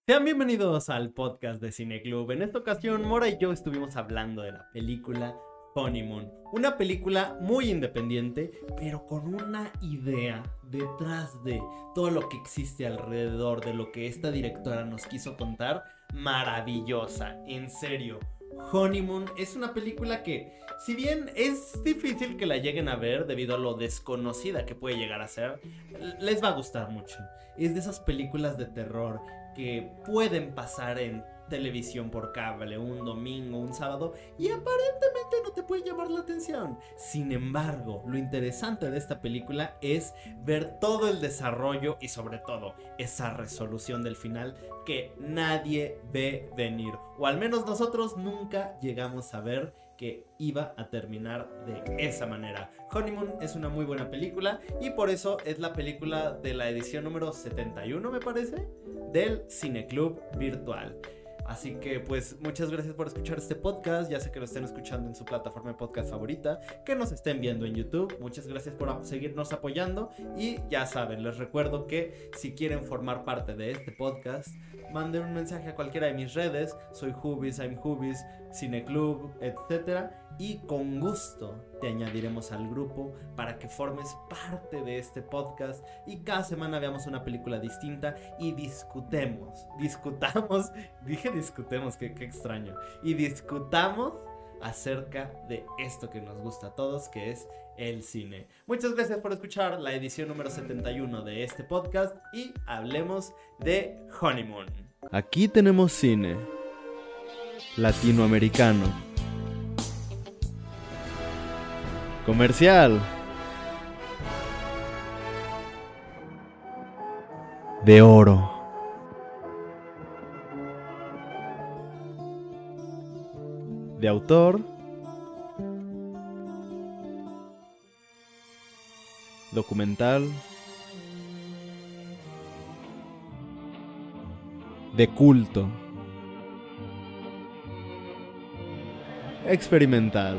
Sean bienvenidos al podcast de Cineclub. En esta ocasión, Mora y yo estuvimos hablando de la película Honeymoon. Una película muy independiente, pero con una idea detrás de todo lo que existe alrededor de lo que esta directora nos quiso contar. Maravillosa, en serio. Honeymoon es una película que, si bien es difícil que la lleguen a ver debido a lo desconocida que puede llegar a ser, les va a gustar mucho. Es de esas películas de terror que pueden pasar en televisión por cable un domingo, un sábado, y aparentemente no te puede llamar la atención. Sin embargo, lo interesante de esta película es ver todo el desarrollo y sobre todo esa resolución del final que nadie ve venir, o al menos nosotros nunca llegamos a ver que iba a terminar de esa manera. Honeymoon es una muy buena película y por eso es la película de la edición número 71, me parece, del Cineclub Virtual. Así que pues muchas gracias por escuchar este podcast. Ya sé que lo estén escuchando en su plataforma de podcast favorita, que nos estén viendo en YouTube. Muchas gracias por seguirnos apoyando. Y ya saben, les recuerdo que si quieren formar parte de este podcast, manden un mensaje a cualquiera de mis redes. Soy Hubis, I'm Hubis, Cineclub, etcétera. Y con gusto te añadiremos al grupo para que formes parte de este podcast y cada semana veamos una película distinta y discutamos, qué extraño, y discutamos acerca de esto que nos gusta a todos, que es el cine. Muchas gracias por escuchar la edición número 71 de este podcast y hablemos de Honeymoon. Aquí tenemos cine latinoamericano, comercial, de oro, de autor, documental, de culto, experimental.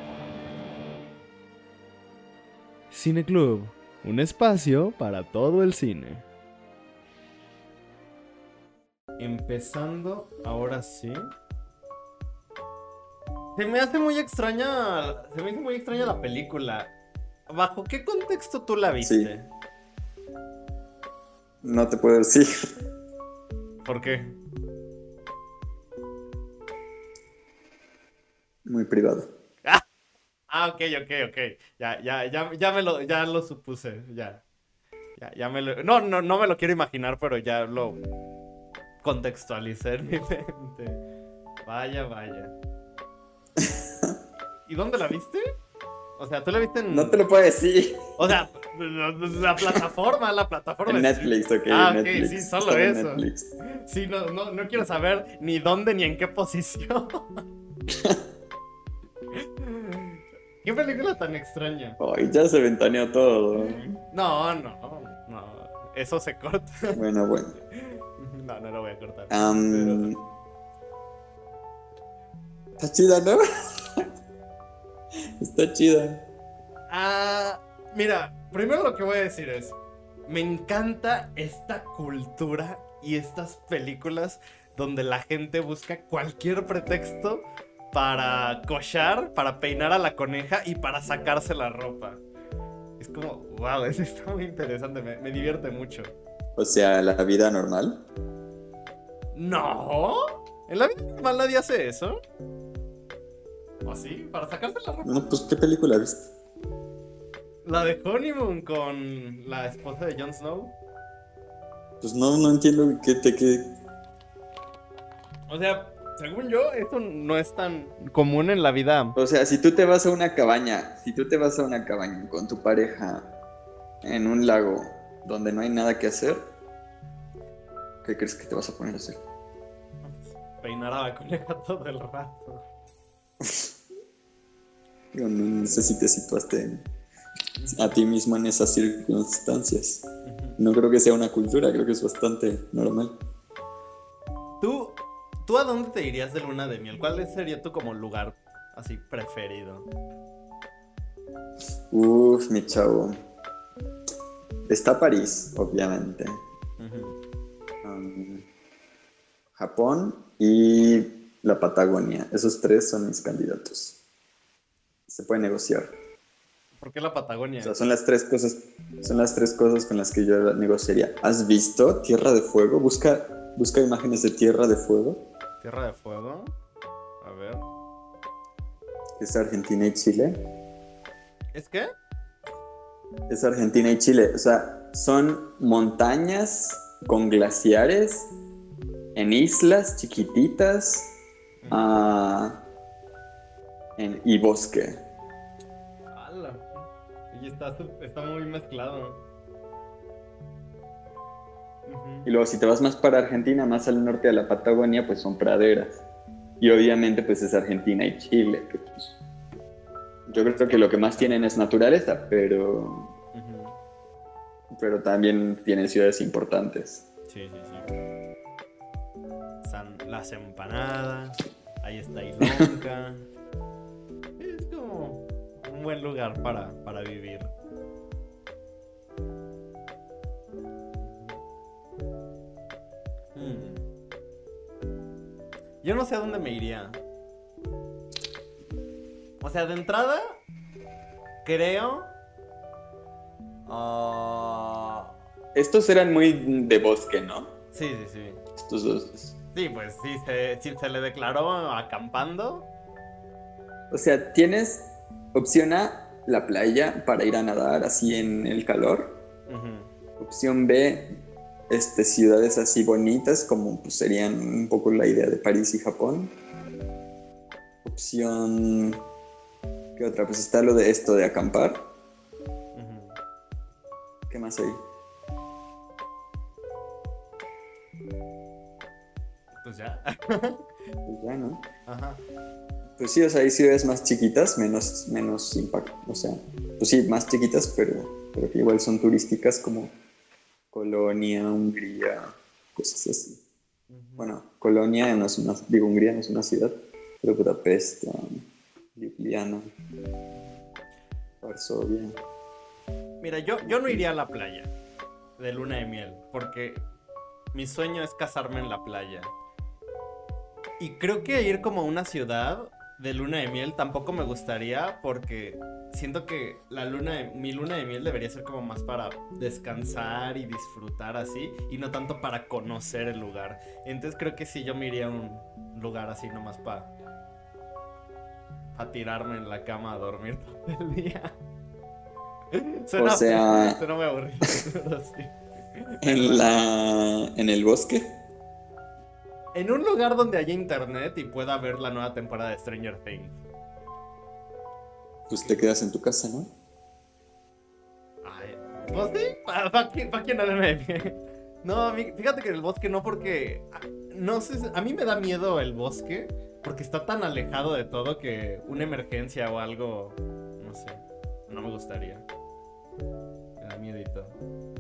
Cineclub, un espacio para todo el cine. Empezando, ahora sí. Se me hizo muy extraña la película. ¿Bajo qué contexto tú la viste? Sí. No te puedo decir. ¿Por qué? Muy privado. Ok. Ya lo supuse, ya. No me lo quiero imaginar, pero ya lo contextualicé en mi mente. Vaya. ¿Y dónde la viste? O sea, ¿tú la viste en...? No te lo puedo decir. O sea, la plataforma. En Netflix, ok. Ok, sí, solo Estaba en eso. Netflix. Sí, no quiero saber ni dónde ni en qué posición. ¿Qué película tan extraña? Ay, ya se ventaneó todo. No. Eso se corta. Bueno. No lo voy a cortar. Está chida, ¿no? Está chida. Mira, primero lo que voy a decir es, me encanta esta cultura y estas películas donde la gente busca cualquier pretexto para cochar, para peinar a la coneja y para sacarse la ropa. Es como, wow, eso está muy interesante, me divierte mucho. O sea, la vida normal. ¿No? ¿En la vida normal nadie hace eso? ¿O sí? ¿Para sacarse la ropa? No, pues, ¿qué película viste? La de Honeymoon con la esposa de Jon Snow. Pues no entiendo qué. O sea, según yo, esto no es tan común en la vida. O sea, si tú te vas a una cabaña con tu pareja en un lago donde no hay nada que hacer, ¿qué crees que te vas a poner a hacer? Peinar a la coneja todo el rato. Yo no sé si te situaste a ti mismo en esas circunstancias. No creo que sea una cultura, creo que es bastante normal. ¿Tú a dónde te irías de luna de miel? ¿Cuál sería tu como lugar así preferido? Mi chavo. Está París, obviamente. Japón y la Patagonia. Esos tres son mis candidatos. Se puede negociar. ¿Por qué la Patagonia? O sea, son las tres cosas con las que yo negociaría. ¿Has visto Tierra de Fuego? Busca imágenes de Tierra de Fuego. ¿Tierra de Fuego? A ver. Es Argentina y Chile. ¿Es qué? Es Argentina y Chile. O sea, son montañas con glaciares en islas chiquititas y bosque. ¡Hala! Y está muy mezclado. Y luego si te vas más para Argentina, más al norte de la Patagonia, pues son praderas. Y obviamente pues es Argentina y Chile, que pues, yo creo que lo que más tienen es naturaleza, pero también tienen ciudades importantes. Sí. Están las empanadas, ahí está Ilonka. Es como un buen lugar para vivir. Yo no sé a dónde me iría. O sea, de entrada, creo... Estos eran muy de bosque, ¿no? Sí. Estos dos. Sí, pues sí se le declaró acampando. O sea, tienes opción A, la playa para ir a nadar así en el calor. Opción B, ciudades así bonitas como pues, serían un poco la idea de París y Japón. Opción... ¿Qué otra? Pues está lo de esto de acampar. ¿Qué más hay? Pues ya. Pues ya, ¿no? Ajá. Pues sí, o sea, hay ciudades más chiquitas, menos impacto. O sea, pues sí, más chiquitas, pero que igual son turísticas como Colonia, Hungría, cosas así. Bueno, Colonia no es Hungría no es una ciudad, pero Budapest, Ljubljana, Varsovia. Mira, yo no iría a la playa de luna de miel, porque mi sueño es casarme en la playa. Y creo que ir como a una ciudad de luna de miel tampoco me gustaría, porque siento que mi luna de miel debería ser como más para descansar y disfrutar así, y no tanto para conocer el lugar. Entonces creo que sí, yo me iría a un lugar así nomás para tirarme en la cama a dormir todo el día. Suena muy aburrido, pero sí. ¿En el bosque? En un lugar donde haya internet y pueda ver la nueva temporada de Stranger Things. Pues te quedas en tu casa, ¿no? Ay, pues sí, ¿para quién hablarme de mí? No, fíjate que en el bosque no, porque no sé, a mí me da miedo el bosque porque está tan alejado de todo que una emergencia o algo, no sé, no me gustaría. Me da miedito.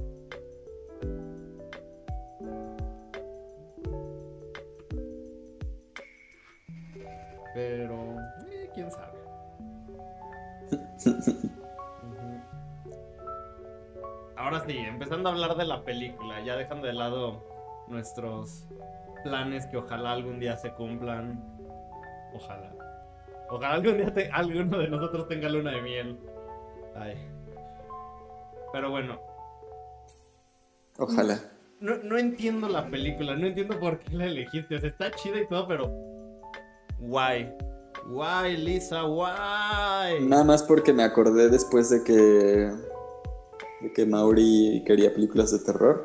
Pero, quién sabe. Ahora sí, empezando a hablar de la película, ya dejando de lado nuestros planes que ojalá algún día se cumplan. Ojalá algún día alguno de nosotros tenga luna de miel. Ay. Pero bueno. Ojalá. No entiendo la película, no entiendo por qué la elegiste. O sea, está chida y todo, pero... Why, Lisa, why? Nada más porque me acordé después de que Mauri quería películas de terror.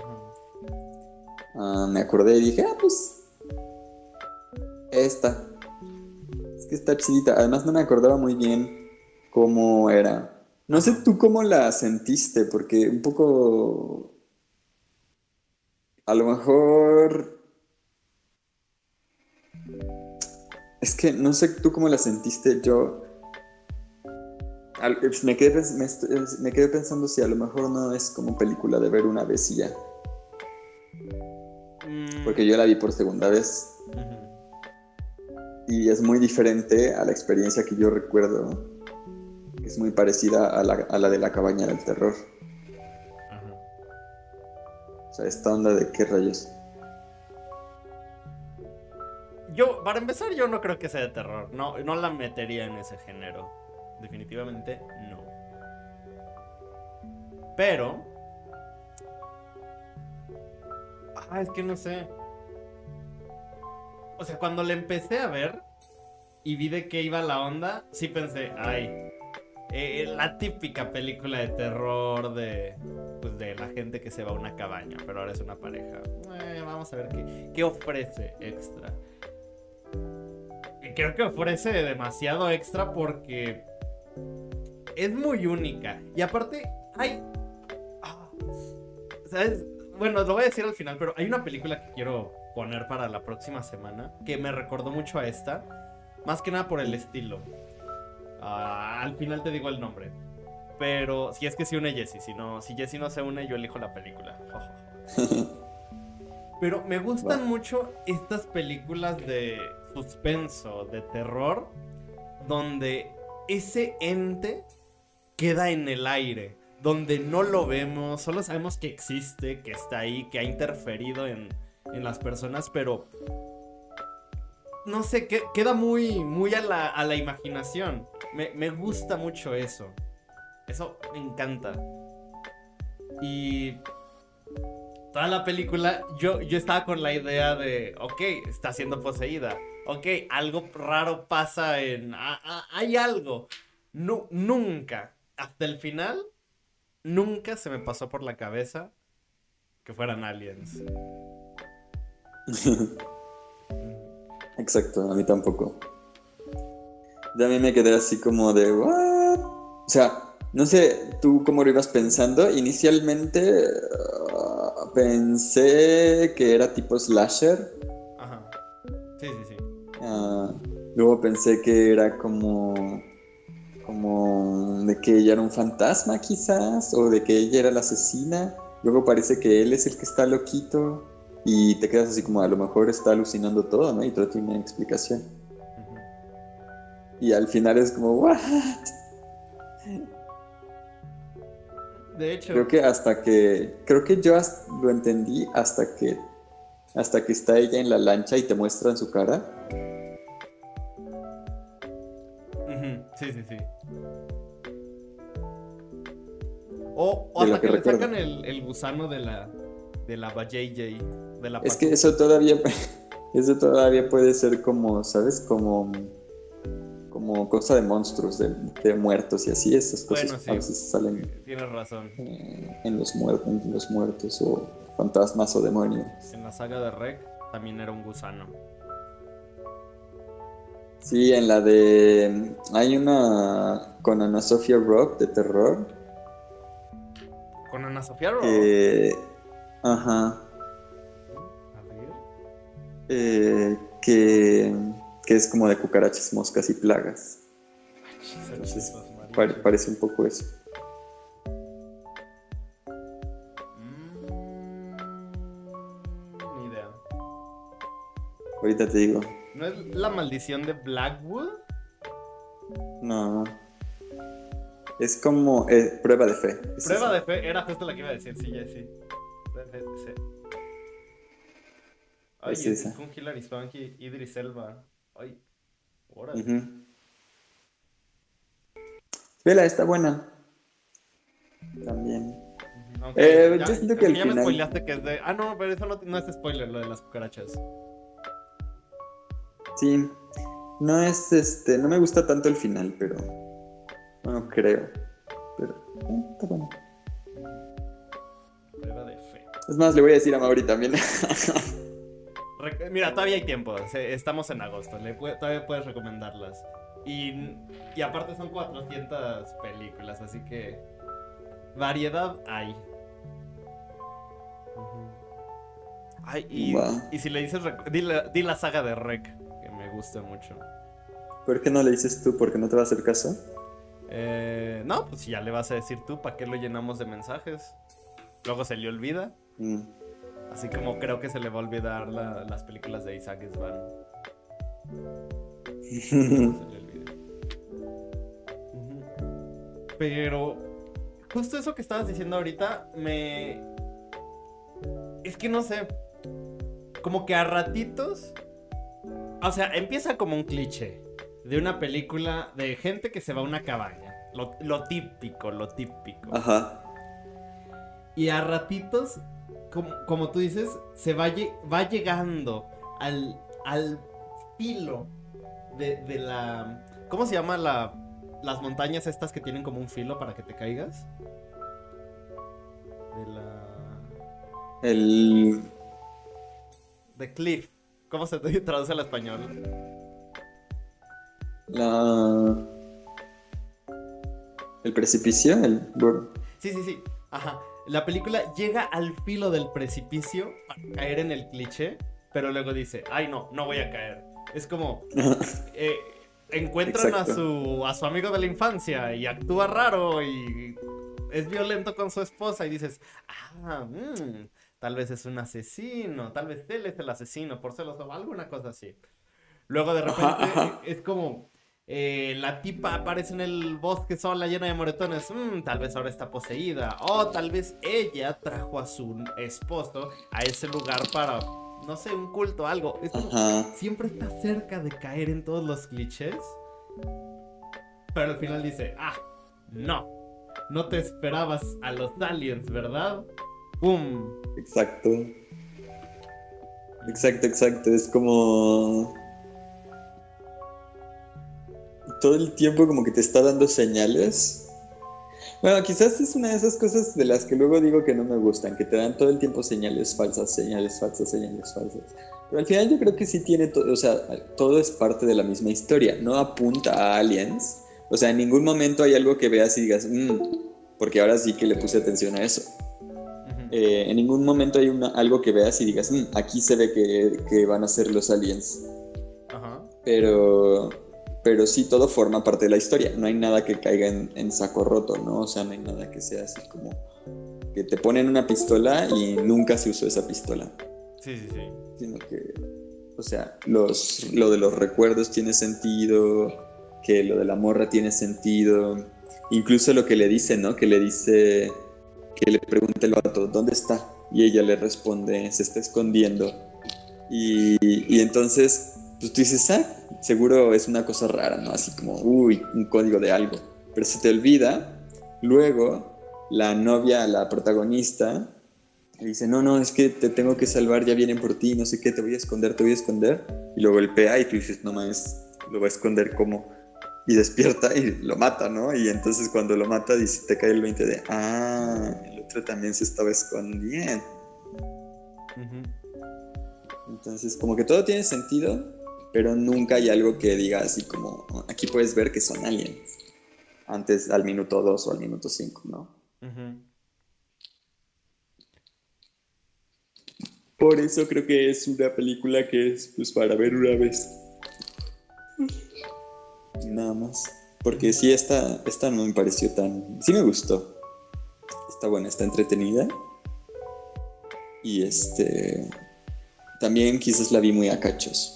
Me acordé y dije, pues esta. Es que está chidita. Además no me acordaba muy bien cómo era. No sé tú cómo la sentiste, porque un poco... A lo mejor... Es que no sé tú cómo la sentiste. Yo me quedé pensando si a lo mejor no es como película de ver una vez y ya. Porque yo la vi por segunda vez. Y es muy diferente a la experiencia que yo recuerdo. Es muy parecida a la de la cabaña del terror. O sea, esta onda de qué rayos. para empezar, yo no creo que sea de terror. No, no la metería en ese género. Definitivamente no. Pero... es que no sé. O sea, cuando la empecé a ver y vi de qué iba la onda, sí pensé, la típica película de terror pues de la gente que se va a una cabaña, pero ahora es una pareja. Vamos a ver qué ofrece extra. Y creo que ofrece demasiado extra porque es muy única. Y aparte, ¿sabes? Bueno, lo voy a decir al final, pero hay una película que quiero poner para la próxima semana que me recordó mucho a esta, más que nada por el estilo. Al final te digo el nombre, pero si es que se une Jessie, si Jessie no se une, yo elijo la película. Pero me gustan mucho estas películas de suspenso, de terror, donde ese ente queda en el aire, donde no lo vemos, solo sabemos que existe, que está ahí, que ha interferido en las personas, pero no sé, queda muy a la imaginación. Me gusta mucho eso. Eso me encanta. Y toda la película yo estaba con la idea de, ok, está siendo poseída. Ok, algo raro pasa hay algo. No, nunca, hasta el final, nunca se me pasó por la cabeza que fueran aliens. Exacto, a mí tampoco. Ya a mí me quedé así como de, ¿what? O sea, no sé tú cómo lo ibas pensando. Inicialmente pensé que era tipo slasher. Ajá. Sí. Luego pensé que era como de que ella era un fantasma quizás, o de que ella era la asesina. Luego parece que él es el que está loquito y te quedas así como a lo mejor está alucinando todo, ¿no? Y todo tiene explicación. Uh-huh. Y al final es como, ¿what? De hecho, creo que yo lo entendí hasta que está ella en la lancha y te muestran su cara. Uh-huh. Sí. O hasta que le sacan el gusano de la JJ. Es que eso todavía puede ser como, ¿sabes? Como cosa de monstruos, de muertos y así. Esas cosas bueno, sí, a veces salen. Tienes razón. En los muertos o fantasmas o demonios. En la saga de Rec también era un gusano. Sí, en la de... Hay una con Ana Sofía Robb de terror. ¿Con Ana Sofía Robb? Ajá. A ver. Que es como de cucarachas, moscas y plagas. Entonces, parece un poco eso. Ni idea. Ahorita te digo. ¿No es la maldición de Blackwood? No. Es como prueba de fe. Prueba de fe, era justo la que iba a decir, sí. Ay, es con Hilary Swank y Idris Elba. Ay, órale. Uh-huh. Vela, está buena. También. Yo siento que al ya final... me spoileaste que es de... no, pero eso no es spoiler, lo de las cucarachas. Sí. No es no me gusta tanto el final, pero... No creo. Pero... está bueno. Prueba de fe. Es más, le voy a decir a Mauri también. Mira, todavía hay tiempo. Estamos en agosto. Todavía puedes recomendarlas. Y aparte son 400 películas, así que variedad hay. Ay, y si le dices, di la saga de Rec, que me gusta mucho. ¿Por qué no le dices tú? ¿Por qué no te va a hacer caso? No, pues si ya le vas a decir tú, ¿para qué lo llenamos de mensajes? Luego se le olvida. Así como creo que se le va a olvidar las películas de Isaac Svan. Se le olvide. Pero justo eso que estabas diciendo ahorita es que no sé, como que a ratitos O sea, empieza como un cliché de una película de gente que se va a una cabaña. Lo típico, lo típico. Ajá. Y a ratitos, como tú dices, va llegando al filo de la... ¿Cómo se llama las montañas estas que tienen como un filo para que te caigas? El... The cliff. ¿Cómo se traduce al español? El precipicio, Sí. Ajá. La película llega al filo del precipicio para caer en el cliché, pero luego dice, ay no voy a caer. Es como... encuentran a su amigo de la infancia y actúa raro y es violento con su esposa y dices, tal vez es un asesino, tal vez él es el asesino por celos o alguna cosa así. Luego de repente es como la tipa aparece en el bosque sola llena de moretones, tal vez ahora está poseída, o tal vez ella trajo a su esposo a ese lugar para... no sé, un culto, algo. Es como, siempre está cerca de caer en todos los clichés. Pero al final dice, no te esperabas a los aliens, ¿verdad? ¡Pum! Exacto. Es como... todo el tiempo como que te está dando señales. Bueno, quizás es una de esas cosas de las que luego digo que no me gustan, que te dan todo el tiempo señales falsas. Pero al final yo creo que sí tiene todo, o sea, todo es parte de la misma historia, no apunta a aliens. O sea, en ningún momento hay algo que veas y digas, porque ahora sí que le puse atención a eso. En ningún momento hay algo que veas y digas, aquí se ve que van a ser los aliens. Ajá. Pero sí, todo forma parte de la historia. No hay nada que caiga en saco roto, ¿no? O sea, no hay nada que sea así como que te ponen una pistola y nunca se usó esa pistola. Sí. Sino que, o sea, lo de los recuerdos tiene sentido, que lo de la morra tiene sentido. Incluso lo que le dice, ¿no? Que le dice, que le pregunta el vato, ¿dónde está? Y ella le responde, se está escondiendo. Y entonces... pues tú dices, seguro es una cosa rara, ¿no? Así como, un código de algo. Pero se te olvida. Luego, la novia, la protagonista, le dice, no, es que te tengo que salvar, ya vienen por ti, no sé qué, te voy a esconder. Y lo golpea y tú dices, no mames, lo va a esconder ¿cómo? Y despierta y lo mata, ¿no? Y entonces cuando lo mata, dice, te cae el 20 de, el otro también se estaba escondiendo. Entonces, como que todo tiene sentido, pero nunca hay algo que diga así como, aquí puedes ver que son aliens. Antes, al minuto 2 o al minuto 5, ¿no? Por eso creo que es una película que es pues para ver una vez. Nada más. Porque sí, esta no me pareció tan... sí me gustó. Está buena, está entretenida. Y también quizás la vi muy a cachos.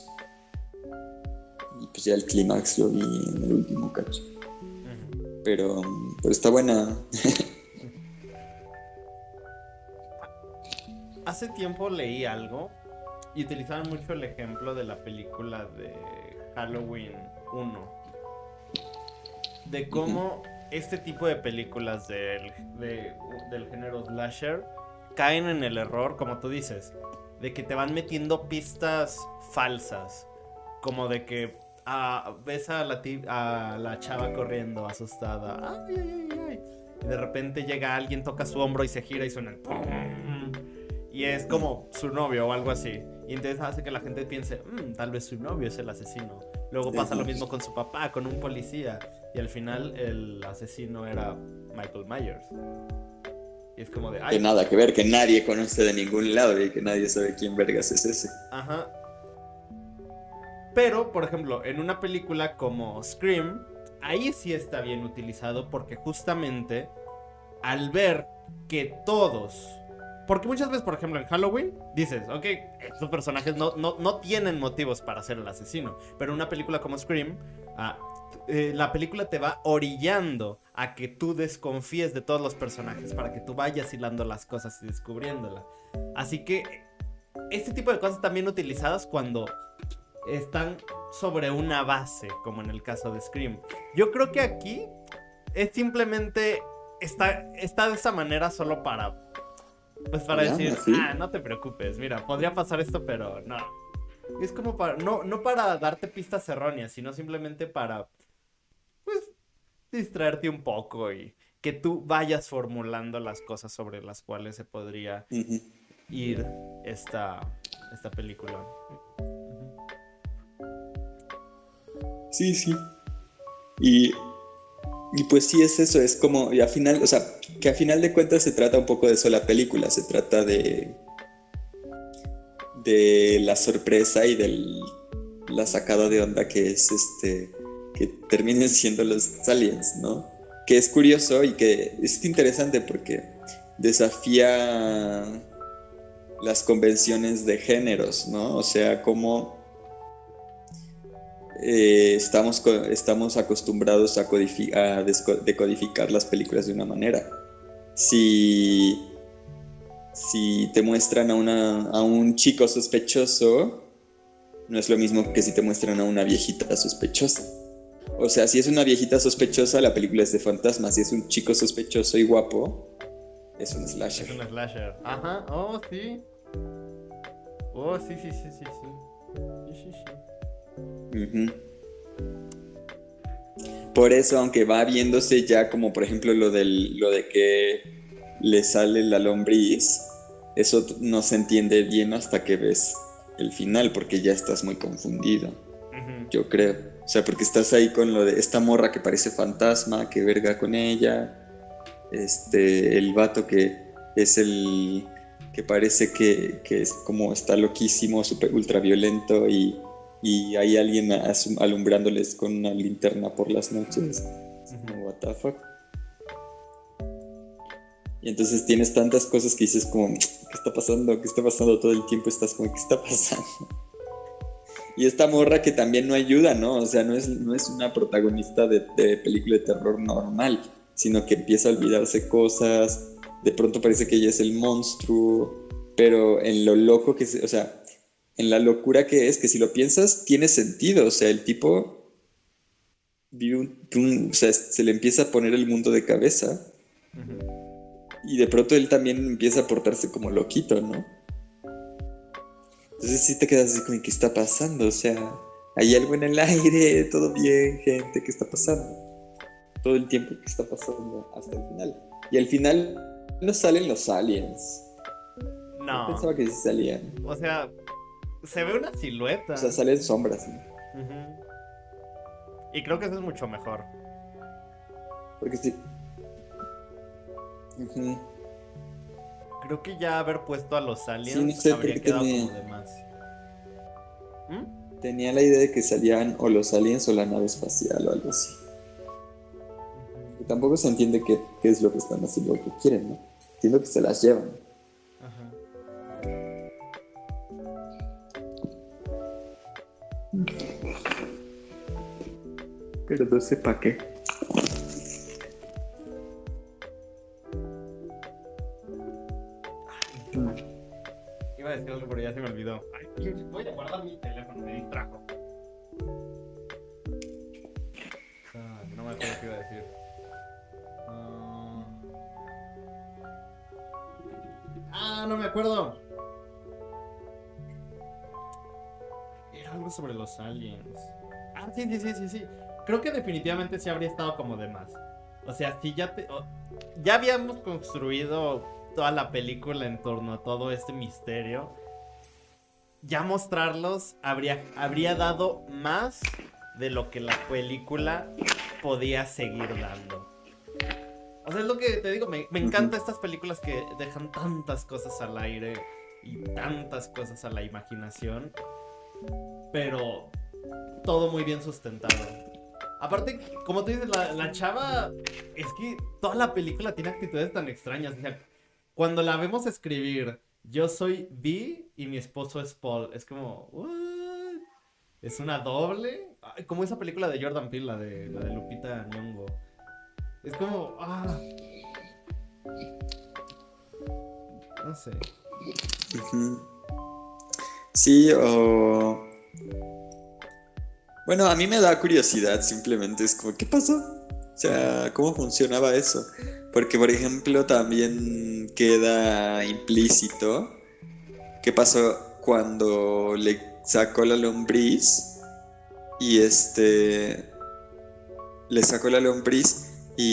Y pues ya el clímax lo vi en el último cacho. Pero está buena. Hace tiempo leí algo y utilizaban mucho el ejemplo de la película de Halloween 1. De cómo este tipo de películas del género slasher caen en el error, como tú dices, de que te van metiendo pistas falsas. Como de que ves a la chava corriendo asustada. Ay. Y de repente llega alguien, toca su hombro y se gira y suena el ¡pum! Y es como su novio o algo así. Y entonces hace que la gente piense, tal vez su novio es el asesino. Luego pasa lo mismo con su papá, con un policía. Y al final el asesino era Michael Myers. Y es como de... que nada que ver, que nadie conoce de ningún lado y que nadie sabe quién vergas es ese. Ajá. Pero, por ejemplo, en una película como Scream, ahí sí está bien utilizado porque justamente al ver que todos... porque muchas veces, por ejemplo, en Halloween dices, ok, estos personajes no tienen motivos para ser el asesino. Pero en una película como Scream, la película te va orillando a que tú desconfíes de todos los personajes para que tú vayas hilando las cosas y descubriéndolas. Así que este tipo de cosas también utilizadas cuando están sobre una base, como en el caso de Scream. Yo creo que aquí es simplemente está de esa manera solo para, pues para decir, no te preocupes, mira, podría pasar esto, pero no. Es como para, no para darte pistas erróneas, sino simplemente para, pues, distraerte un poco y que tú vayas formulando las cosas sobre las cuales se podría ir esta película. Sí, sí. Y pues sí es eso, es como, y al final, o sea, que a final de cuentas se trata un poco de eso la película, se trata de la sorpresa y de la sacada de onda que es que terminen siendo los aliens, ¿no? Que es curioso y que es interesante porque desafía las convenciones de géneros, ¿no? O sea, como estamos acostumbrados a decodificar las películas de una manera. Si te muestran a un chico sospechoso, no es lo mismo que si te muestran a una viejita sospechosa. O sea, si es una viejita sospechosa, la película es de fantasmas. Si es un chico sospechoso y guapo, es un slasher. Es un slasher. Ajá, oh, sí. Oh, sí. Sí. Uh-huh. Por eso, aunque va viéndose ya como por ejemplo lo de que le sale la lombriz, eso no se entiende bien hasta que ves el final, porque ya estás muy confundido, yo creo. O sea, porque estás ahí con lo de esta morra que parece fantasma, que verga con ella, el vato que es el que parece que es como está loquísimo, super ultra violento y hay alguien alumbrándoles con una linterna por las noches. What the fuck. Y entonces tienes tantas cosas que dices como, ¿qué está pasando? ¿Qué está pasando? Todo el tiempo estás como, ¿qué está pasando? Y esta morra que también no ayuda, ¿no? O sea, no es una protagonista de película de terror normal, sino que empieza a olvidarse cosas, de pronto parece que ella es el monstruo, pero en lo loco que o sea, en la locura que es, que si lo piensas, tiene sentido. O sea, el tipo vive o sea, se le empieza a poner el mundo de cabeza. Y de pronto él también empieza a portarse como loquito, ¿no? Entonces sí te quedas así como, ¿qué está pasando? O sea, hay algo en el aire, todo bien, gente, ¿qué está pasando? Todo el tiempo, ¿qué está pasando? Hasta el final. Y al final no salen los aliens. No. Yo pensaba que sí salían. O sea, se ve una silueta. O sea, salen sombras, ¿no? Y creo que eso es mucho mejor. Porque sí. Creo que ya haber puesto a los aliens sí, no sé, habría quedado como de más. Tenía la idea de que salían o los aliens o la nave espacial o algo así. Y tampoco se entiende qué es lo que están haciendo, lo que quieren, ¿no? Entiendo que se las llevan. Pero no sé para qué. Iba a decir algo, pero ya se me olvidó. Ay, voy a guardar mi teléfono, me distrajo. No me acuerdo qué iba a decir. No me acuerdo. Era algo sobre los aliens. Sí. Creo que definitivamente sí habría estado como de más. O sea, si ya habíamos construido toda la película en torno a todo este misterio, ya mostrarlos habría dado más de lo que la película podía seguir dando. O sea, es lo que te digo, me encantan estas películas que dejan tantas cosas al aire y tantas cosas a la imaginación, pero todo muy bien sustentado. Aparte, como tú dices, la chava, es que toda la película tiene actitudes tan extrañas. O sea, cuando la vemos escribir, yo soy Vi y mi esposo es Paul, es como, ¿what? ¿Es una doble? Ay, como esa película de Jordan Peele, la de Lupita Nyong'o. Es como, no sé. Sí, Bueno, a mí me da curiosidad, simplemente es como, ¿qué pasó? O sea, ¿cómo funcionaba eso? Porque, por ejemplo, también queda implícito qué pasó cuando le sacó la lombriz y le sacó la lombriz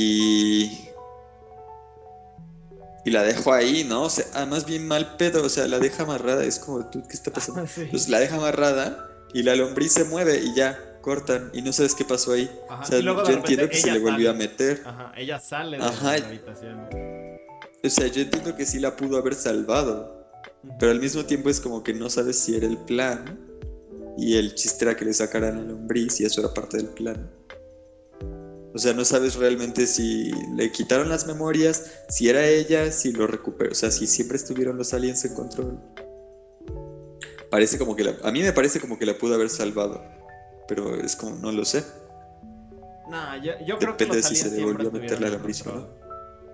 y la dejó ahí, ¿no? O sea, más bien mal pedo, o sea, la deja amarrada, es como, ¿tú qué está pasando? Sí. Pues la deja amarrada y la lombriz se mueve y ya, cortan y no sabes qué pasó ahí. Ajá. O sea, Y luego de yo repente entiendo que se ella le volvió a sale. meter. Ajá, ella sale de Ajá, la habitación. o sea, yo entiendo que sí la pudo haber salvado, pero al mismo tiempo es como que no sabes si era el plan y el chiste era que le sacaran la lombriz y eso era parte del plan. O sea, no sabes realmente si le quitaron las memorias, si era ella, si lo recuperó, o sea, si siempre estuvieron los aliens en control. Parece como que a mí me parece como que la pudo haber salvado, pero es como, no lo sé. Nah, yo creo que Depende de los si se aliens le siempre volvió a meter la estuvieron en lombriz o control. no.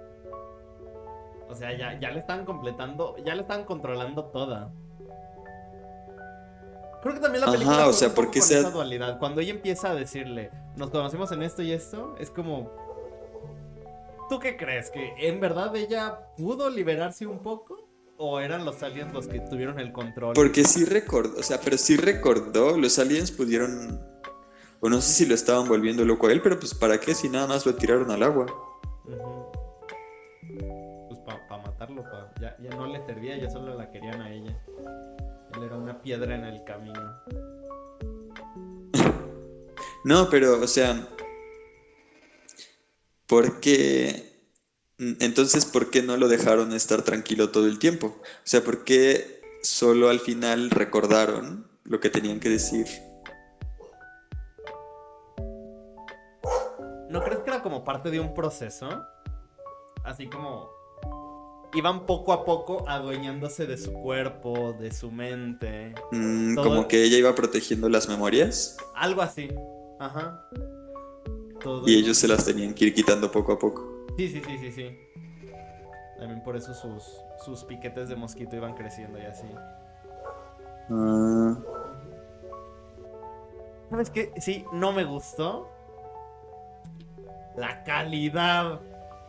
O sea, ya le están completando, ya le están controlando toda. Creo que también la película Ajá, o juega sea, un poco porque con sea... esa dualidad. Cuando ella empieza a decirle, nos conocemos en esto y esto, es como, ¿tú qué crees? ¿Que en verdad ella pudo liberarse un poco? ¿O eran los aliens los que tuvieron el control? Porque sí recordó, o sea, pero sí recordó, los aliens pudieron... O no sé si lo estaban volviendo loco a él, pero pues ¿para qué si nada más lo tiraron al agua? Ujú. Pues para matarlo, ya no le servía, ya solo la querían a ella. Él era una piedra en el camino. No, pero, o sea, ¿por qué? Entonces, ¿por qué no lo dejaron estar tranquilo todo el tiempo? O sea, ¿por qué solo al final recordaron lo que tenían que decir? ¿No crees que era como parte de un proceso? Así como iban poco a poco adueñándose de su cuerpo, de su mente. Todo... Como que ella iba protegiendo las memorias. Algo así. Ajá. Todo Y ellos se las tenían que ir quitando poco a poco. Sí. También por eso sus piquetes de mosquito iban creciendo y así. Ah, ¿Sabes qué? Sí, no me gustó. La calidad.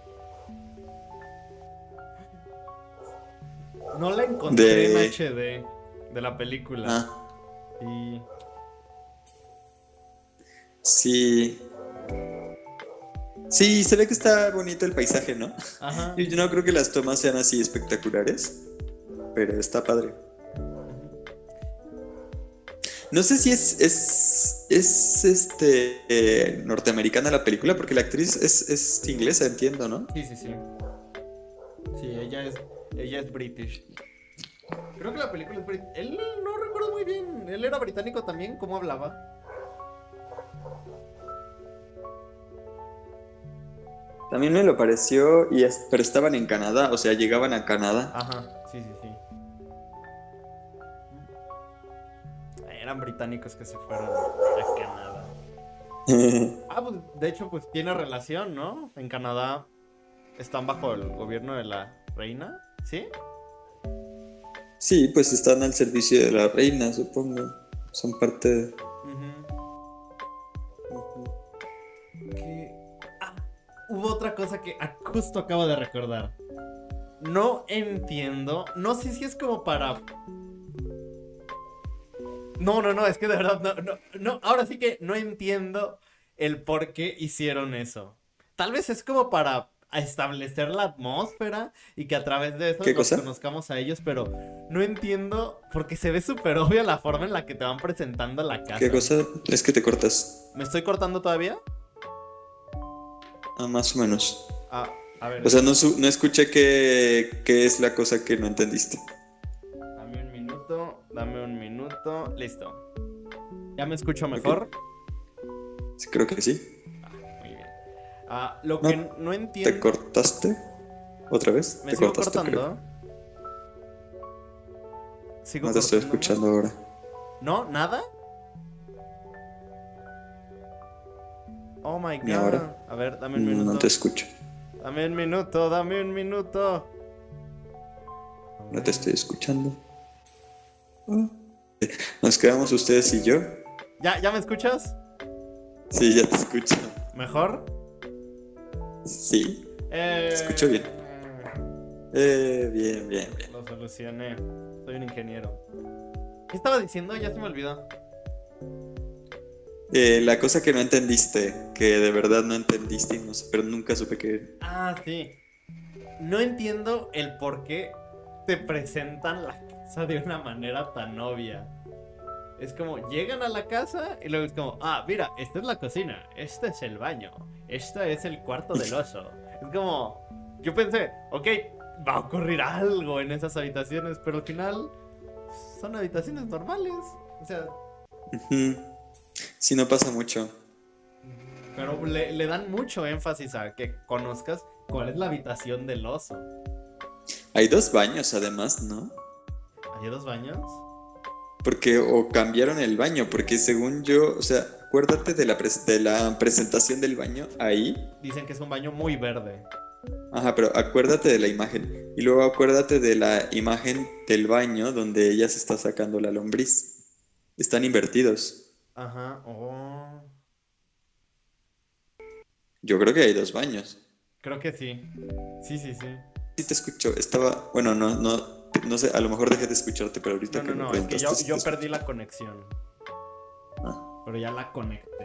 No la encontré en HD de la película. ah, Y sí. Sí, se ve que está bonito el paisaje, ¿no? ajá. Yo no creo que las tomas sean así espectaculares, pero está padre. No sé si es norteamericana la película, porque la actriz es inglesa, entiendo, ¿no? Sí. Sí, ella es British. Creo que la película es British. Él no recuerdo muy bien. Él era británico también, ¿cómo hablaba? También me lo pareció, pero estaban en Canadá, o sea, llegaban a Canadá. Ajá, sí. Eran británicos que se fueron a Canadá. Pues de hecho, pues tiene relación, ¿no? En Canadá están bajo el gobierno de la reina, ¿sí? Sí, pues están al servicio de la reina, supongo. Son parte de... Hubo otra cosa que justo acabo de recordar. No entiendo. No sé si es como para... No, es que de verdad no. Ahora sí que no entiendo el por qué hicieron eso. Tal vez es como para establecer la atmósfera y que a través de eso nos conozcamos a ellos, pero no entiendo porque se ve súper obvia la forma en la que te van presentando la casa. ¿Qué cosa? Es que te cortas. ¿Me estoy cortando todavía? Más o menos. A ver. O sea, no escuché qué es la cosa que no entendiste. Dame un minuto. Listo. ¿Ya me escucho mejor? Okay. Sí, creo que sí. Muy bien. Lo que no entiendo... ¿Te cortaste? ¿Otra vez? ¿Me ¿Te sigo cortaste, cortando? No te estoy escuchando ahora. ¿No? ¿Nada? Oh my god. ¿Ni ahora? A ver, dame un minuto. No te escucho. Dame un minuto. No te estoy escuchando. Nos quedamos ustedes y yo. ¿Ya me escuchas? Sí, ya te escucho. ¿Mejor? Sí, te Eh, escucho bien. Bien, bien, bien. Lo solucioné. Soy un ingeniero. ¿Qué estaba diciendo? Ya se me olvidó. La cosa que no entendiste, que de verdad no entendiste, y no sé, pero nunca supe que... Ah, sí. No entiendo el por qué te presentan la casa de una manera tan obvia. Es como, llegan a la casa y luego es como, ah, mira, esta es la cocina, este es el baño, este es el cuarto del oso. Es como, yo pensé, ok, va a ocurrir algo en esas habitaciones, pero al final son habitaciones normales. O sea, Ujú. Sí, no pasa mucho. pero le dan mucho énfasis a que conozcas cuál es la habitación del oso. Hay dos baños además, ¿no? ¿Hay dos baños? Porque o cambiaron el baño, porque según yo, o sea, acuérdate de de la presentación del baño ahí. Dicen que es un baño muy verde. Ajá, pero acuérdate de la imagen. Y luego acuérdate de la imagen del baño donde ella se está sacando la lombriz. Están invertidos. Ajá, oh. Yo creo que hay dos baños. Creo que sí. Sí, sí, sí. Sí te escucho, estaba, bueno, no sé, a lo mejor dejé de escucharte, pero ahorita que me No, es que preguntaste sí yo te perdí escucho. la conexión, Ah. pero ya la conecté.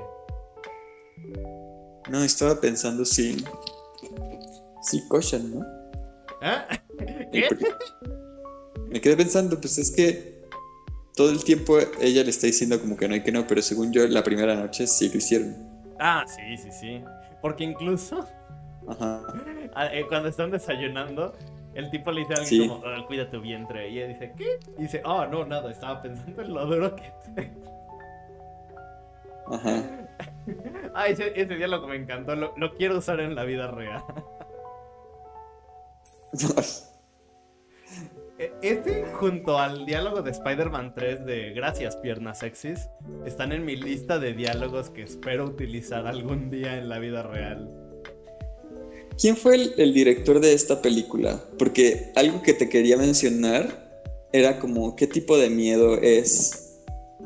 No, estaba pensando sí, Koshan, ¿no? ¿Eh? Y ¿Qué? porque me quedé pensando, pues es que todo el tiempo ella le está diciendo como que no y que no, pero según yo la primera noche sí lo hicieron. Ah, sí, sí, sí. Porque incluso Ajá, cuando están desayunando, el tipo le dice a alguien sí, como, "Ah, cuida tu vientre". Y ella dice, ¿qué? Y dice, oh, no, nada, estaba pensando en lo duro que te... ajá. Ah, ese diálogo me encantó, lo quiero usar en la vida real. Este, junto al diálogo de Spider-Man 3 de Gracias, piernas sexys, están en mi lista de diálogos que espero utilizar algún día en la vida real. ¿Quién fue el director de esta película? Porque algo que te quería mencionar era como qué tipo de miedo es.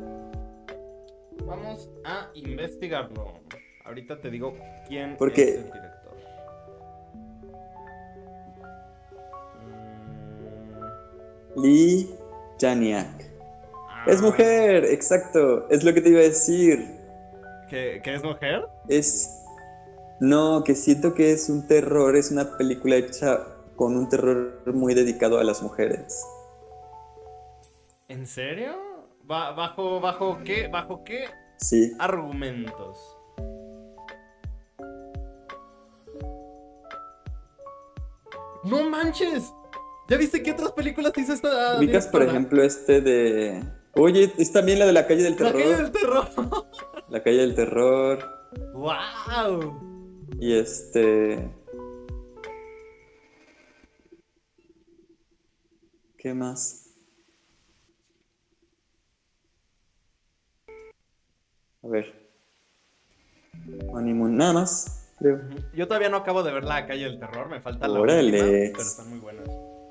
Vamos a investigarlo. Ahorita te digo quién es Porque el director. Lee Janiak. Es Ah, mujer, exacto, es lo que te iba a decir. ¿qué es mujer? Es... No, que siento que es un terror, es una película hecha con un terror muy dedicado a las mujeres. ¿En serio? ¿Bajo qué? ¿Bajo qué Sí. argumentos? ¡No manches! ¿Ya viste qué otras películas hizo esta Ubicas, por directora? ejemplo, este de... Oye, es también la de La Calle del La calle Terror. del terror. La Calle del Terror. ¡Wow! Y este... ¿Qué más? A ver. Honeymoon, nada más, creo. Yo todavía no acabo de ver La calle del terror, me falta la última, Órale. pero están muy buenas.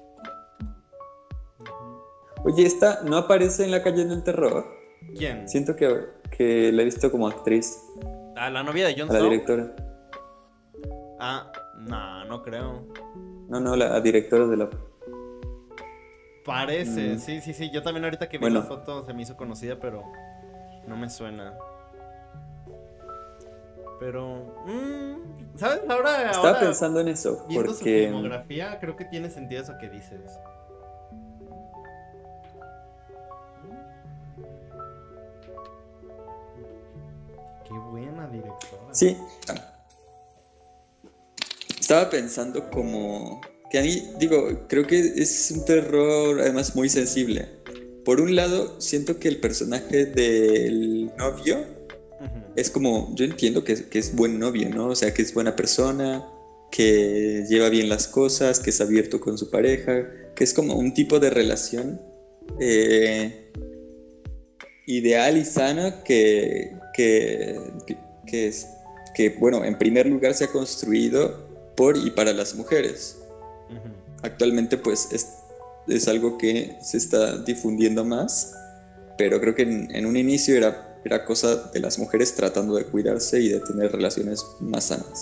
Oye, esta no aparece en La Calle del Terror. ¿Quién? Siento que la he visto como actriz, ¿A la novia de Jon a la Snow? directora. Ah, no, no creo. No, la directora de la... Parece, Mm, sí, sí, sí. Yo también ahorita que vi bueno, la foto se me hizo conocida, pero no me suena. Pero, ¿sabes? estaba Ahora, pensando en eso, viendo su porque... filmografía, creo que tiene sentido eso que dices. Qué buena directora. Sí, estaba pensando como... Que a mí, digo, creo que es un terror además muy sensible. Por un lado, siento que el personaje del novio Ujú, es como, yo entiendo que es buen novio, ¿no? O sea, que es buena persona, que lleva bien las cosas, que es abierto con su pareja, que es como un tipo de relación eh, ideal y sana que, bueno, en primer lugar se ha construido por y para las mujeres. ujú. Actualmente pues es algo que se está difundiendo más, pero creo que en un inicio era era cosa de las mujeres tratando de cuidarse y de tener relaciones más sanas.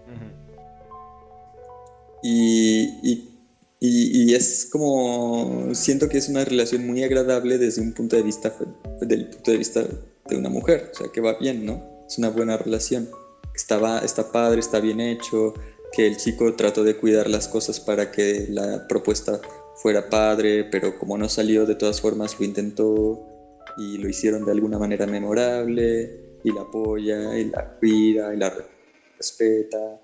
Y es como, siento que es una relación muy agradable desde un punto de vista, del punto de vista de una mujer, o sea, que va bien, ¿no? Es una buena relación, está padre, está bien hecho, que el chico trató de cuidar las cosas para que la propuesta fuera padre, pero como no salió, de todas formas lo intentó y lo hicieron de alguna manera memorable, y la apoya, y la cuida, y la respeta,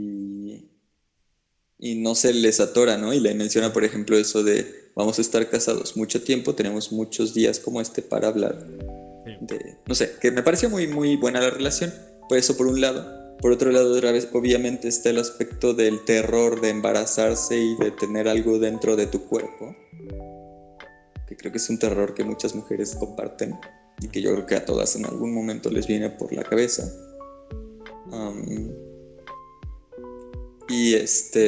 y no se les atora, ¿no? Y le menciona, por ejemplo, eso de vamos a estar casados mucho tiempo, tenemos muchos días como este para hablar de, no sé, que me pareció muy, muy buena la relación, por eso por un lado. Por otro lado, otra vez, obviamente está el aspecto del terror de embarazarse y de tener algo dentro de tu cuerpo, que creo que es un terror que muchas mujeres comparten y que yo creo que a todas en algún momento les viene por la cabeza. Y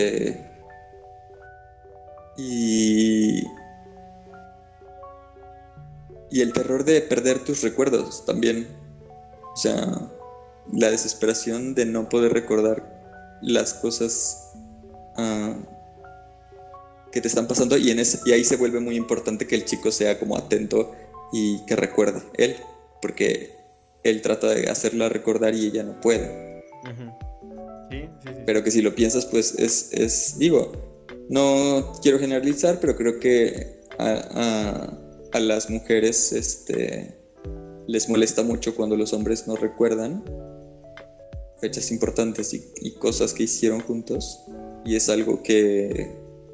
y el terror de perder tus recuerdos también. O sea, la desesperación de no poder recordar las cosas que te están pasando, y ahí se vuelve muy importante que el chico sea como atento y que recuerde él, porque él trata de hacerla recordar y ella no puede. Sí. Pero que si lo piensas, pues digo, no quiero generalizar, pero creo que a las mujeres les molesta mucho cuando los hombres no recuerdan fechas importantes y cosas que hicieron juntos, y es algo que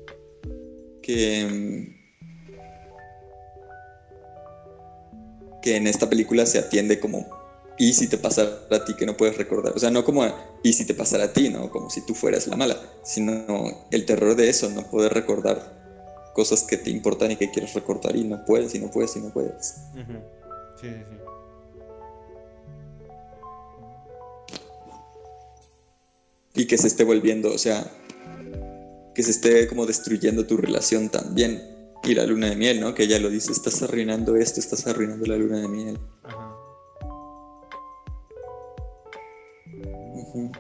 en esta película se atiende como, ¿y si te pasara a ti que no puedes recordar? O sea, no como ¿y si te pasara a ti? ¿No? Como si tú fueras la mala, sino el terror de eso, no poder recordar cosas que te importan y que quieres recordar y no puedes, y no puedes, y no puedes. Sí. Y que se esté volviendo, o sea, que se esté como destruyendo tu relación también. Y la luna de miel, ¿no? Que ella lo dice, estás arruinando esto, estás arruinando la luna de miel. Ajá. Uh-huh.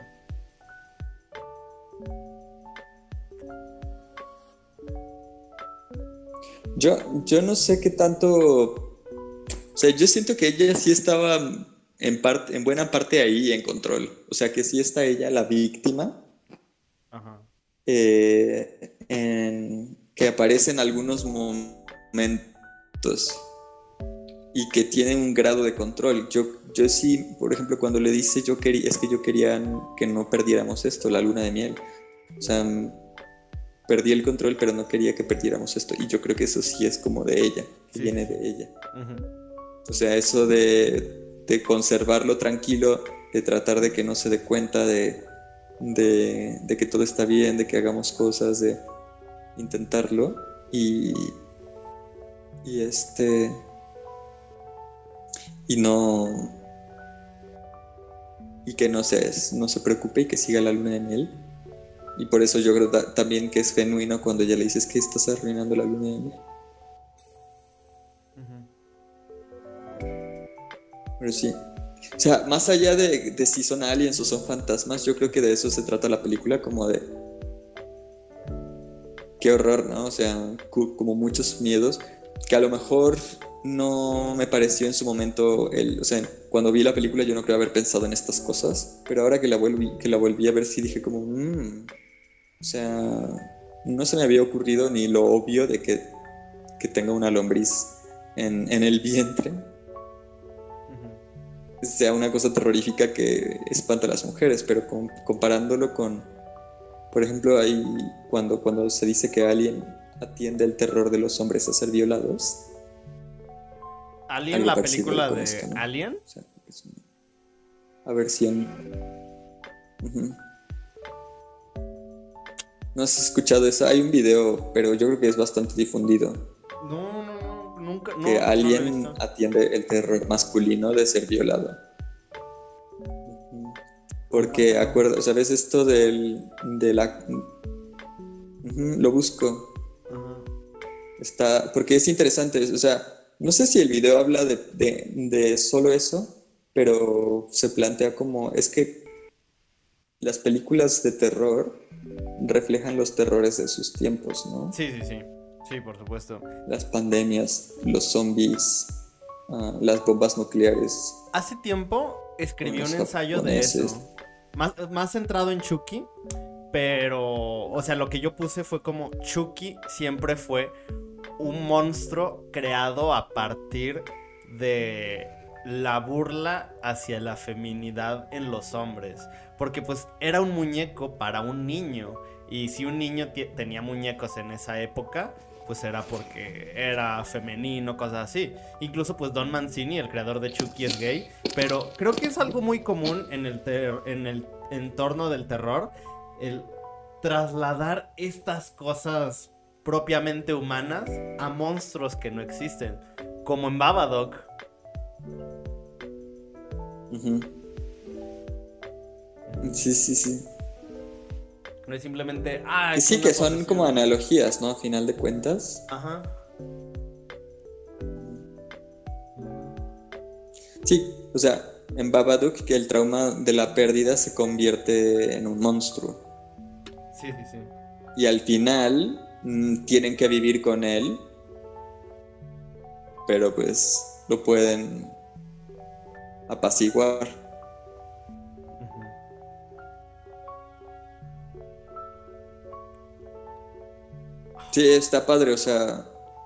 Yo no sé qué tanto, o sea, yo siento que ella sí estaba en buena parte ahí en control, o sea, que sí está ella la víctima. Ajá. Que aparece en algunos momentos y que tiene un grado de control. Yo sí, por ejemplo, cuando le dice yo quería que no perdiéramos esto, la luna de miel. O sea, perdí el control, pero no quería que perdiéramos esto. Y yo creo que eso sí es como de ella, que viene de ella. O sea, eso de conservarlo tranquilo, de tratar de que no se dé cuenta de que todo está bien, de que hagamos cosas, de intentarlo y que no se preocupe y que siga la luna de miel. Y por eso yo creo también que es genuino cuando ella le dice, es que estás arruinando la luna de miel. Pero sí, o sea, más allá de si son aliens o son fantasmas, yo creo que de eso se trata la película, como de qué horror, ¿no? O sea, como muchos miedos que a lo mejor no me pareció en su momento o sea, cuando vi la película yo no creo haber pensado en estas cosas, pero ahora que la volví a ver sí dije como o sea, no se me había ocurrido ni lo obvio de que tenga una lombriz en el vientre. Sea una cosa terrorífica que espanta a las mujeres, pero comparándolo con, por ejemplo, ahí cuando se dice que Alien atiende el terror de los hombres a ser violados. ¿Alien, la película de esto, ¿no? ¿Alien? O sea, es una versión. ¿No has escuchado eso? Hay un video, pero yo creo que es bastante difundido. No, nunca. Que Alien atiende el terror masculino de ser violado. Porque, ¿sabes esto de la... Lo busco. Porque es interesante, o sea, no sé si el video habla de solo eso, pero se plantea como, es que las películas de terror reflejan los terrores de sus tiempos, ¿no? Sí, sí, sí. Sí, por supuesto. Las pandemias, los zombies, las bombas nucleares Hace tiempo con escribí un los ensayo de japoneses. eso. Más centrado en Chucky. Pero, o sea, lo que yo puse fue como Chucky siempre fue un monstruo creado a partir de la burla hacia la feminidad en los hombres. Porque pues era un muñeco para un niño. Y si un niño tenía muñecos en esa época, pues era porque era femenino, cosas así. Incluso pues Don Mancini, el creador de Chucky, es gay. Pero creo que es algo muy común en el entorno del terror, el trasladar estas cosas propiamente humanas a monstruos que no existen. Como en Babadook. Ujú. Sí, sí, sí. No es simplemente, Y es sí, una que son posesión. como analogías, ¿no? A final de cuentas. Ajá. Sí, o sea, en Babadook que el trauma de la pérdida se convierte en un monstruo. Sí, sí, sí. Y al final tienen que vivir con él, pero pues lo pueden apaciguar. Ujú. Sí, está padre, o sea.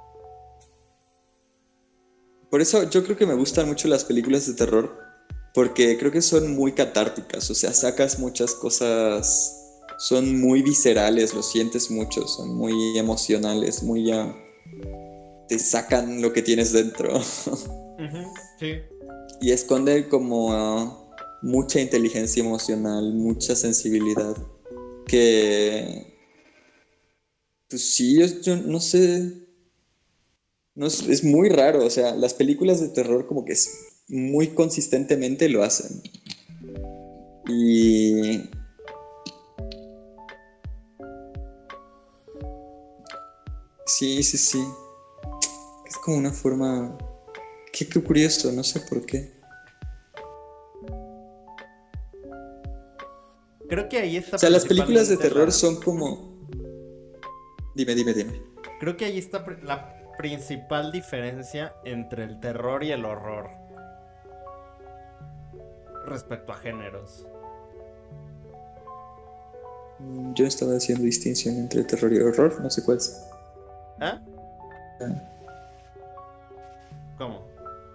Por eso yo creo que me gustan mucho las películas de terror, porque creo que son muy catárticas, o sea, sacas muchas cosas, son muy viscerales, lo sientes mucho, son muy emocionales, muy ya te sacan lo que tienes dentro. Ujú, sí. Y esconde como mucha inteligencia emocional, mucha sensibilidad, que pues sí, yo no sé, no es muy raro, o sea, las películas de terror como que muy consistentemente lo hacen. Y sí, sí, sí, es como una forma, qué curioso, no sé por qué. Creo que ahí O está sea, las películas de principalmente terror la... son como... Dime. Creo que ahí está la principal diferencia entre el terror y el horror respecto a géneros. Yo estaba haciendo distinción entre terror y horror, no sé cuál es. ¿Ah? ¿Cómo?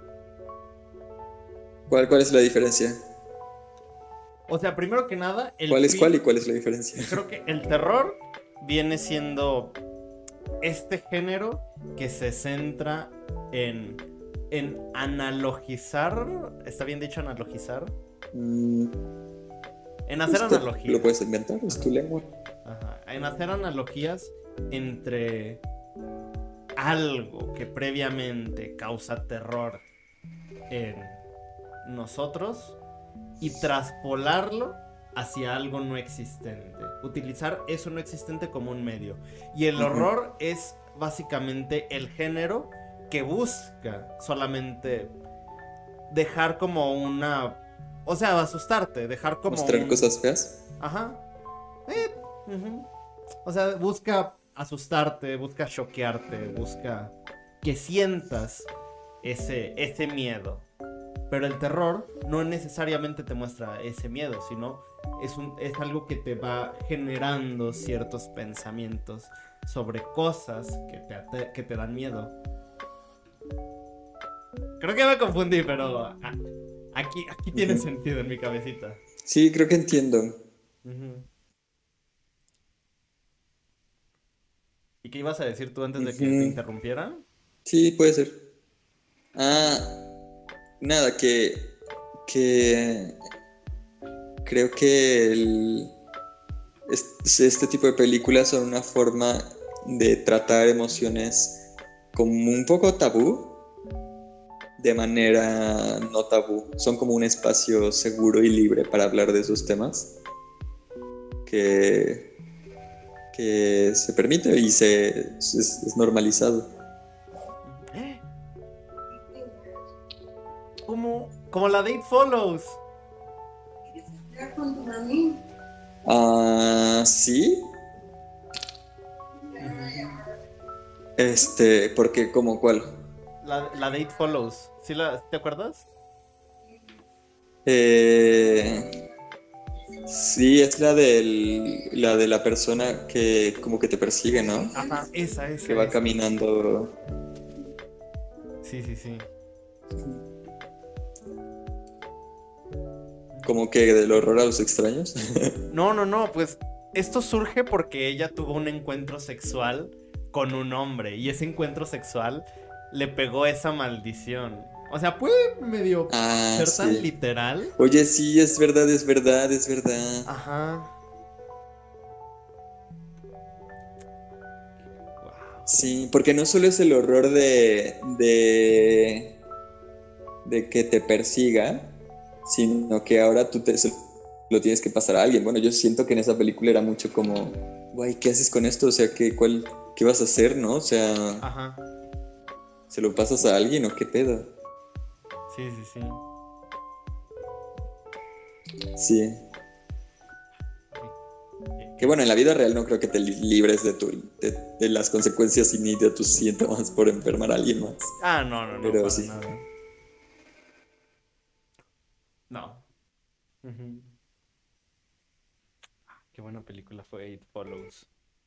¿Cuál es la diferencia? O sea, primero que nada, el ¿Cuál es cuál y film... cuál es la diferencia? Creo que el terror viene siendo este género que se centra en analogizar. ¿Está bien dicho analogizar? Mm, En hacer pues analogías. lo puedes inventar, es tu lengua. Ajá. En hacer analogías entre algo que previamente causa terror en nosotros y traspolarlo hacia algo no existente. Utilizar eso no existente como un medio. Y el horror es básicamente el género que busca solamente dejar como una... O sea, asustarte, dejar como Mostrar un... cosas feas. Ajá. Ujú. O sea, busca asustarte, busca choquearte, busca que sientas ese miedo. Pero el terror no necesariamente te muestra ese miedo, sino es algo que te va generando ciertos pensamientos sobre cosas que te dan miedo. Creo que me confundí, pero aquí tiene sentido en mi cabecita. Sí, creo que entiendo. Ujú. ¿Y qué ibas a decir tú antes de que te Ujú. interrumpiera? Sí, puede ser. Ah, nada, que creo que este tipo de películas son una forma de tratar emociones como un poco tabú, de manera no tabú. Son como un espacio seguro y libre para hablar de esos temas que, que se permite y es normalizado. Como la de It Follows. Sí. Porque, ¿cómo cuál? La de It Follows. ¿Sí te acuerdas? Sí, es la de la persona que como que te persigue, ¿no? Ajá, esa. Que va caminando. Sí. Como que del horror a los extraños. No, pues esto surge porque ella tuvo un encuentro sexual con un hombre y ese encuentro sexual le pegó esa maldición. O sea, puede medio ser tan Sí. literal. Oye, sí, es verdad. Ajá. Wow. Sí, porque no solo es el horror de que te persiga, sino que ahora se lo tienes que pasar a alguien. Bueno, yo siento que en esa película era mucho como, guay, ¿qué haces con esto? O sea, ¿qué vas a hacer, no? O sea, Ajá. ¿se lo pasas a alguien o qué pedo? Sí. Sí. Que bueno, en la vida real no creo que te libres de las consecuencias y ni de tus síntomas por enfermar a alguien más. No, pero para sí. nada. No. Ujú. Qué buena película fue It Follows.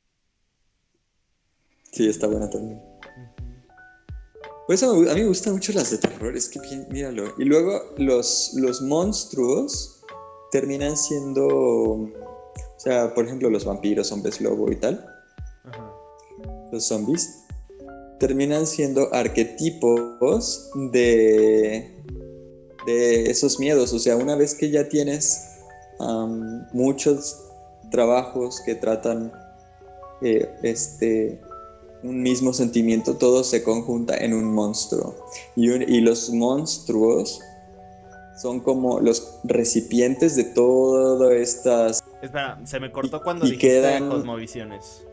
Sí, está buena también. Ujú. Por eso a mí me gustan mucho las de terror, es que bien, míralo. Y luego los monstruos terminan siendo, o sea, por ejemplo, los vampiros, hombres lobo y tal, Ajá. los zombies, terminan siendo arquetipos de esos miedos. O sea, una vez que ya tienes muchos trabajos que tratan un mismo sentimiento, todo se conjunta en un monstruo. Y los monstruos son como los recipientes de todas estas... Espera, se me cortó cuando y dijiste quedan... cosmovisiones.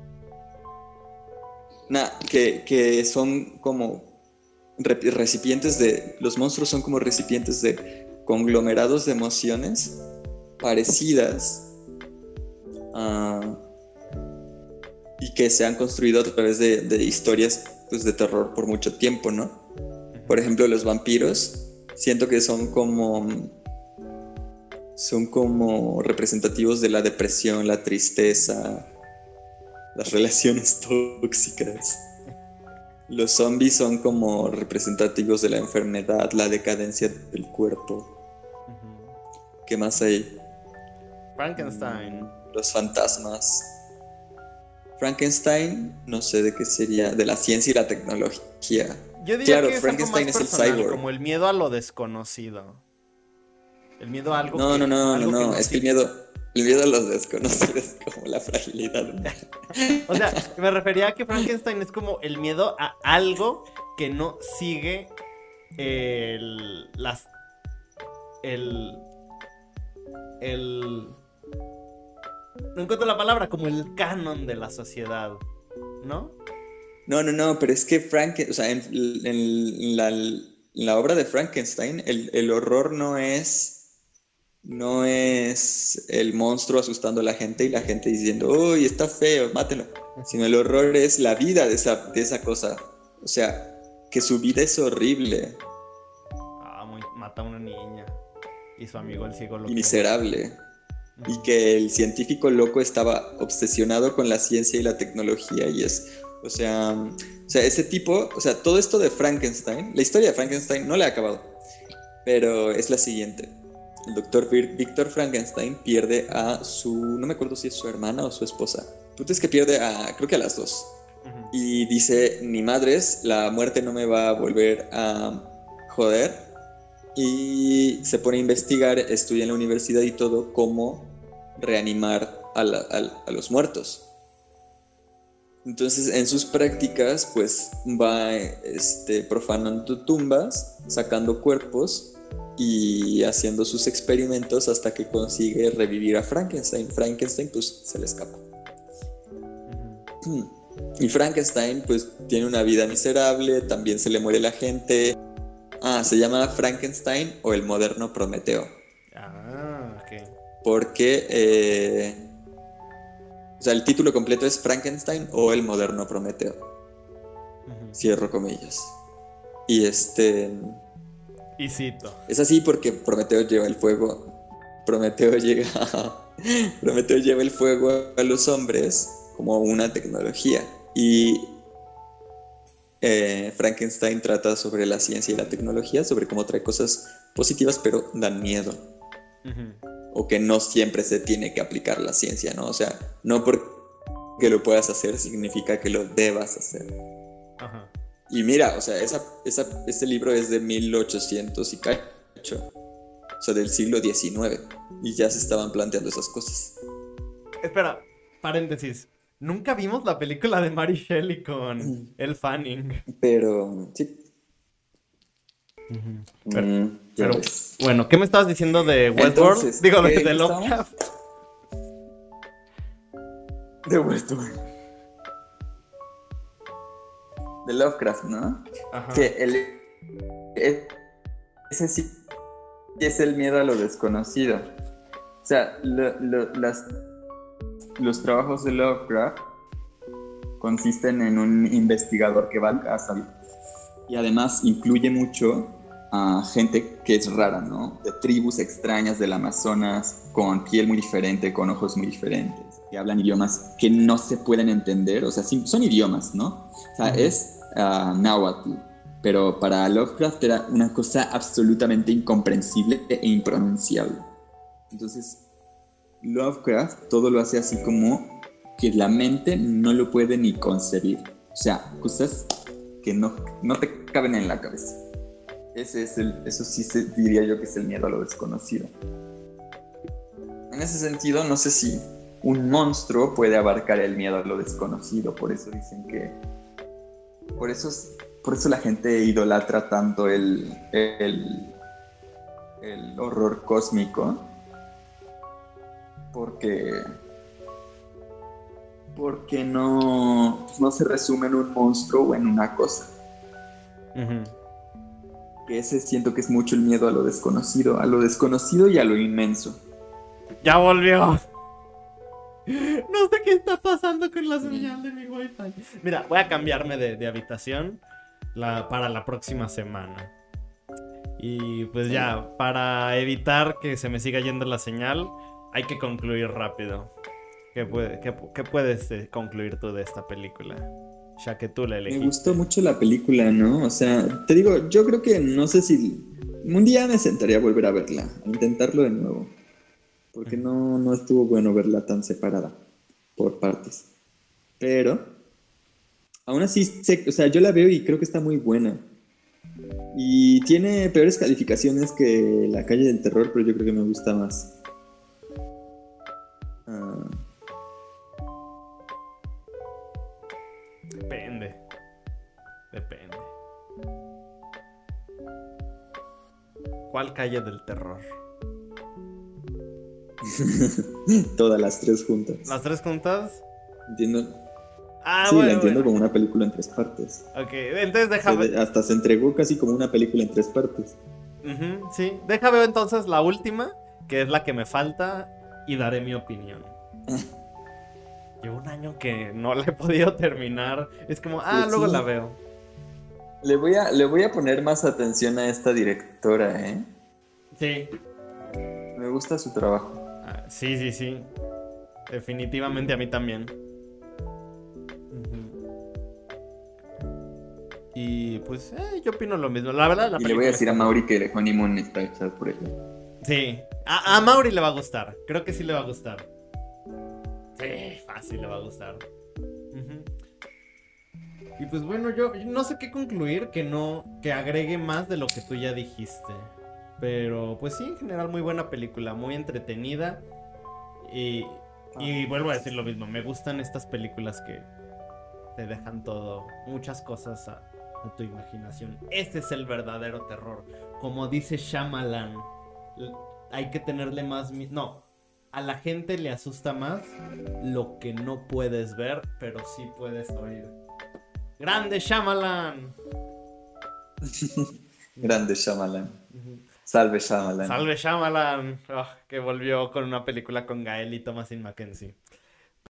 que son como recipientes de... Los monstruos son como recipientes de conglomerados de emociones parecidas y que se han construido a través de historias pues, de terror por mucho tiempo, ¿no? Por ejemplo, los vampiros, siento que son como representativos de la depresión, la tristeza, las relaciones tóxicas. Los zombies son como representativos de la enfermedad, la decadencia del cuerpo. ¿Qué más hay? Frankenstein. Los fantasmas. Frankenstein, no sé de qué sería, de la ciencia y la tecnología. Yo diría Claro, que es Frankenstein algo más es el personal, cyborg. como el miedo a lo desconocido. El miedo a algo No, que no es que el miedo a los desconocidos es como la fragilidad humana. O sea, me refería a que Frankenstein es como el miedo a algo que no sigue no encuentro la palabra, como el canon de la sociedad, ¿no? No, pero es que o sea, en la obra de Frankenstein, el horror no es el monstruo asustando a la gente y la gente diciendo, uy, está feo, mátelo. Sino el horror es la vida de esa cosa. O sea, que su vida es horrible. Mata a una niña y su amigo el ciego lo y miserable. Y que el científico loco estaba obsesionado con la ciencia y la tecnología y o sea, ese tipo, o sea, todo esto de Frankenstein, la historia de Frankenstein no la he acabado, pero es la siguiente. El doctor Víctor Frankenstein pierde a no me acuerdo si es su hermana o su esposa. Tú es que pierde creo que a las dos. Y dice, ni madres, la muerte no me va a volver a joder. Y se pone a investigar, estudia en la universidad y todo, cómo reanimar a los muertos. Entonces, en sus prácticas, pues va profanando tumbas, sacando cuerpos y haciendo sus experimentos hasta que consigue revivir a Frankenstein. Frankenstein, pues, se le escapa. Y Frankenstein, pues, tiene una vida miserable, también se le muere la gente. Se llama Frankenstein o el moderno Prometeo. Ok. Porque, o sea, el título completo es Frankenstein o el moderno Prometeo. Cierro comillas. Y Y cito. es así porque Prometeo lleva el fuego. Prometeo lleva el fuego a los hombres como una tecnología. Y Frankenstein trata sobre la ciencia y la tecnología, sobre cómo trae cosas positivas, pero dan miedo. O que no siempre se tiene que aplicar la ciencia, ¿no? O sea, no porque lo puedas hacer significa que lo debas hacer. Ajá. Y mira, o sea, este libro es de 1800 y cacho. O sea, del siglo XIX. Y ya se estaban planteando esas cosas. Espera, paréntesis. Nunca vimos la película de Mary Shelley con Elle Fanning. Pero, sí. Pero bueno, ¿qué me estabas diciendo de Westworld? Entonces, Digo, ¿qué de Lovecraft. De Westworld. De Lovecraft, ¿no? Ajá. Que ese sí es el miedo a lo desconocido. O sea, los trabajos de Lovecraft consisten en un investigador que va a casa y además incluye mucho a gente que es rara, ¿no? De tribus extrañas del Amazonas, con piel muy diferente, con ojos muy diferentes, que hablan idiomas que no se pueden entender, o sea, son idiomas, ¿no? O sea, es náhuatl, pero para Lovecraft era una cosa absolutamente incomprensible e impronunciable. Entonces, Lovecraft todo lo hace así como que la mente no lo puede ni concebir. O sea, cosas que no te caben en la cabeza. Eso sí diría yo que es el miedo a lo desconocido. En ese sentido, no sé si un monstruo puede abarcar el miedo a lo desconocido. Por eso dicen que... Por eso la gente idolatra tanto el horror cósmico. Porque no se resume en un monstruo o en una cosa. Que ese siento que es mucho el miedo a lo desconocido y a lo inmenso. ¡Ya volvió! No sé qué está pasando con la señal de mi wifi. Mira, voy a cambiarme de habitación para la próxima semana. Y pues ya, para evitar que se me siga yendo la señal, hay que concluir rápido. ¿Qué puedes concluir tú de esta película? Ya que tú la elegiste. Me gustó mucho la película, ¿no? O sea, te digo, yo creo que no sé si... Un día me sentaría a volver a verla, a intentarlo de nuevo. Porque no estuvo bueno verla tan separada, por partes. Pero, aún así, o sea, yo la veo y creo que está muy buena. Y tiene peores calificaciones que La Calle del Terror, pero yo creo que me gusta más. Depende. ¿Cuál Calle del Terror? Todas las tres juntas. ¿Las tres juntas? Entiendo. Sí, bueno, la entiendo como una película en tres partes. Ok, entonces déjame... hasta se entregó casi como una película en tres partes. Sí, déjame entonces la última, que es la que me falta, y daré mi opinión. Llevo un año que no la he podido terminar. Es como, Pues luego sí. la veo. Le voy a poner más atención a esta directora, ¿eh? Sí. Me gusta su trabajo. Sí. Definitivamente a mí también. Y pues yo opino lo mismo. La verdad, y le voy a decir a Mauri que el Honeymoon está hecha por ella. Sí. A Mauri le va a gustar. Creo que sí le va a gustar. Sí, fácil le va a gustar. Y pues bueno, yo no sé qué concluir que agregue más de lo que tú ya dijiste. Pero pues sí, en general muy buena película, muy entretenida. Y vuelvo a decir lo mismo, me gustan estas películas que te dejan todo, muchas cosas a tu imaginación. Este es el verdadero terror. Como dice Shyamalan, hay que tenerle más... No, a la gente le asusta más lo que no puedes ver, pero sí puedes oír. ¡Grande Shyamalan! Grande Shyamalan. Ujú. Salve Shyamalan. Salve Shyamalan, que volvió con una película con Gael y Thomasin Mackenzie.